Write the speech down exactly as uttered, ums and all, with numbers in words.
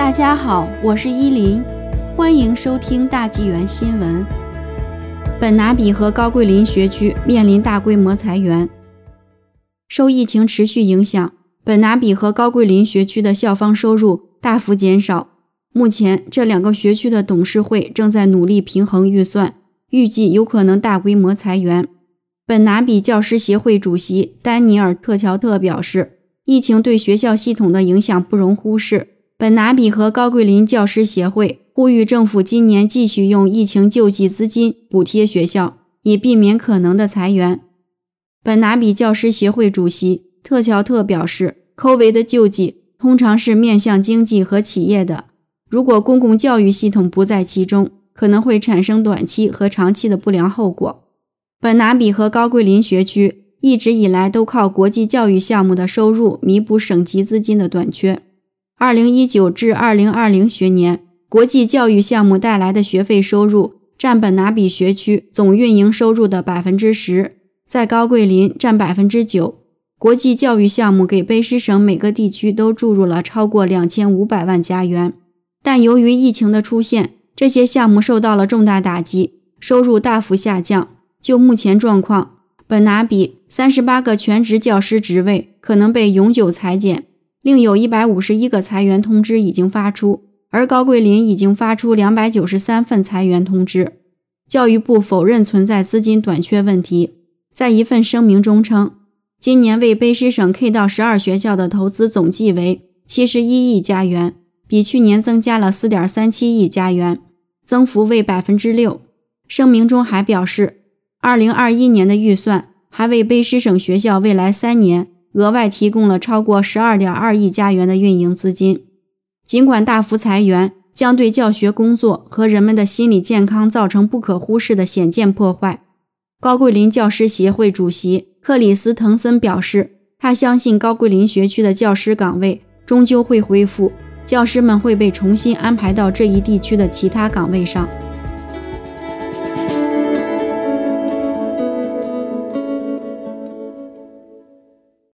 大家好，我是依林，欢迎收听大纪元新闻。本拿比和高桂林学区面临大规模裁员。受疫情持续影响，本拿比和高桂林学区的校方收入大幅减少。目前，这两个学区的董事会正在努力平衡预算，预计有可能大规模裁员。本拿比教师协会主席丹尼尔·特乔特表示，疫情对学校系统的影响不容忽视。本拿比和高桂林教师协会呼吁政府今年继续用疫情救济资金补贴学校，以避免可能的裁员。本拿比教师协会主席特乔特表示 ，COVID 的救济通常是面向经济和企业的，如果公共教育系统不在其中，可能会产生短期和长期的不良后果。本拿比和高桂林学区一直以来都靠国际教育项目的收入弥补省级资金的短缺。二零一九至二零二零学年，国际教育项目带来的学费收入占本拿比学区总运营收入的 百分之十， 在高桂林占 百分之九。 国际教育项目给卑诗省每个地区都注入了超过两千五百万加元，但由于疫情的出现，这些项目受到了重大打击，收入大幅下降。就目前状况，本拿比三十八个全职教师职位可能被永久裁减，另有一百五十一个裁员通知已经发出，而高桂林已经发出两百九十三份裁员通知。教育部否认存在资金短缺问题，在一份声明中称，今年为卑诗省 K 到十二学校的投资总计为七十一亿加元，比去年增加了 四点三七亿加元，增幅为 百分之六。 声明中还表示，二零二一年的预算还为卑诗省学校未来三年额外提供了超过 十二点二亿加元的运营资金。尽管大幅裁员将对教学工作和人们的心理健康造成不可忽视的显见破坏，高桂林教师协会主席克里斯滕森表示，他相信高桂林学区的教师岗位终究会恢复，教师们会被重新安排到这一地区的其他岗位上。